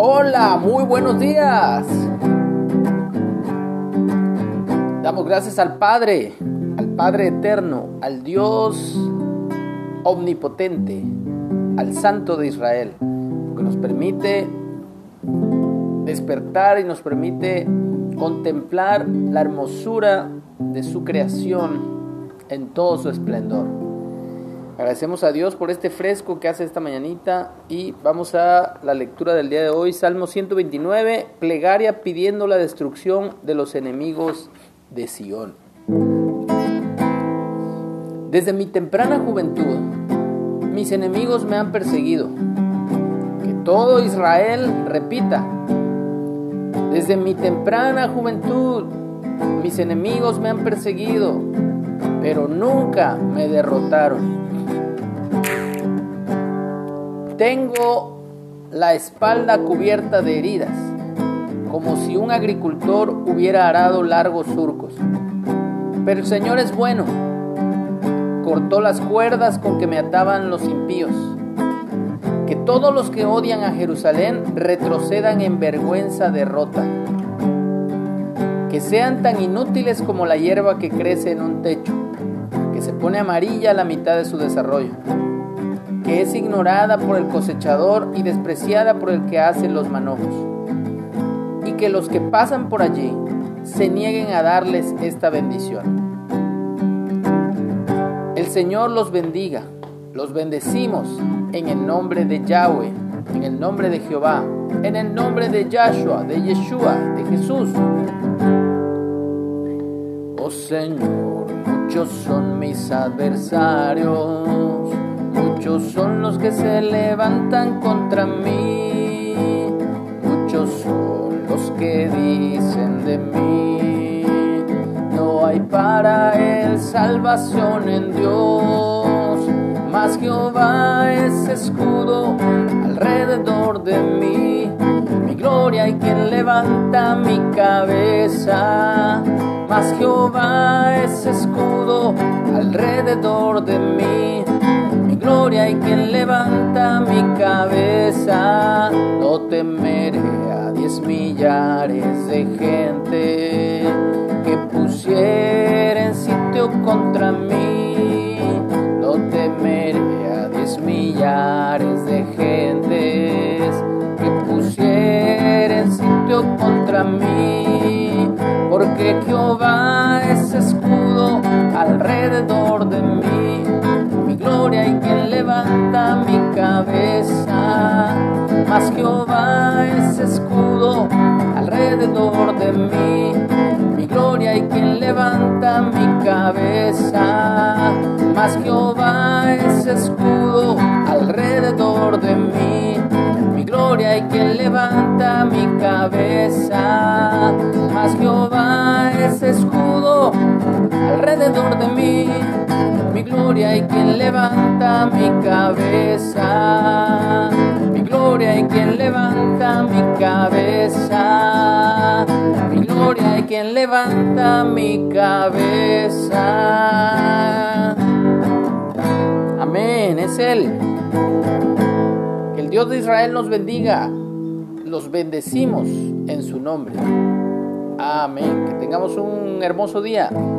Hola, muy buenos días. Damos gracias al Padre eterno, al Dios omnipotente, al Santo de Israel, que nos permite despertar y nos permite contemplar la hermosura de su creación en todo su esplendor. Agradecemos a Dios por este fresco que hace esta mañanita y vamos a la lectura del día de hoy, Salmo 129, plegaria pidiendo la destrucción de los enemigos de Sión. Desde mi temprana juventud, mis enemigos me han perseguido. Que todo Israel repita. Desde mi temprana juventud, mis enemigos me han perseguido, pero nunca me derrotaron. Tengo la espalda cubierta de heridas, como si un agricultor hubiera arado largos surcos. Pero el Señor es bueno. Cortó las cuerdas con que me ataban los impíos. Que todos los que odian a Jerusalén retrocedan en vergüenza derrota. Que sean tan inútiles como la hierba que crece en un techo, que se pone amarilla a la mitad de su desarrollo, que es ignorada por el cosechador y despreciada por el que hace los manojos, y que los que pasan por allí se nieguen a darles esta bendición. El Señor los bendiga, los bendecimos en el nombre de Yahweh, en el nombre de Jehová, en el nombre de Yahshua, de Yeshua, de Jesús. Oh Señor, muchos son mis adversarios, muchos son los que se levantan contra mí, muchos son los que dicen de mí, no hay para él salvación en Dios, mas Jehová es escudo alrededor de mí, mi gloria y quien levanta mi cabeza, mas Jehová es escudo alrededor de mí, mi gloria y quien levanta mi cabeza. No temeré a 10 millares de gente que pusiera en sitio contra mí. No temeré a 10 millares de gentes que pusiera en sitio contra mí, porque Jehová es escudo alrededor de mí, mi gloria y quien levanta mi cabeza, mas Jehová es escudo alrededor de mí, mi gloria y quien levanta mi cabeza, mas Jehová es escudo alrededor de mí, mi gloria y quien levanta mi cabeza, mas Jehová es escudo alrededor de mí, mi gloria y quien levanta mi cabeza, mi gloria y quien levanta mi cabeza, mi gloria y quien levanta mi cabeza. Amén, es Él. Que el Dios de Israel nos bendiga, los bendecimos en su nombre. Amén, que tengamos un hermoso día.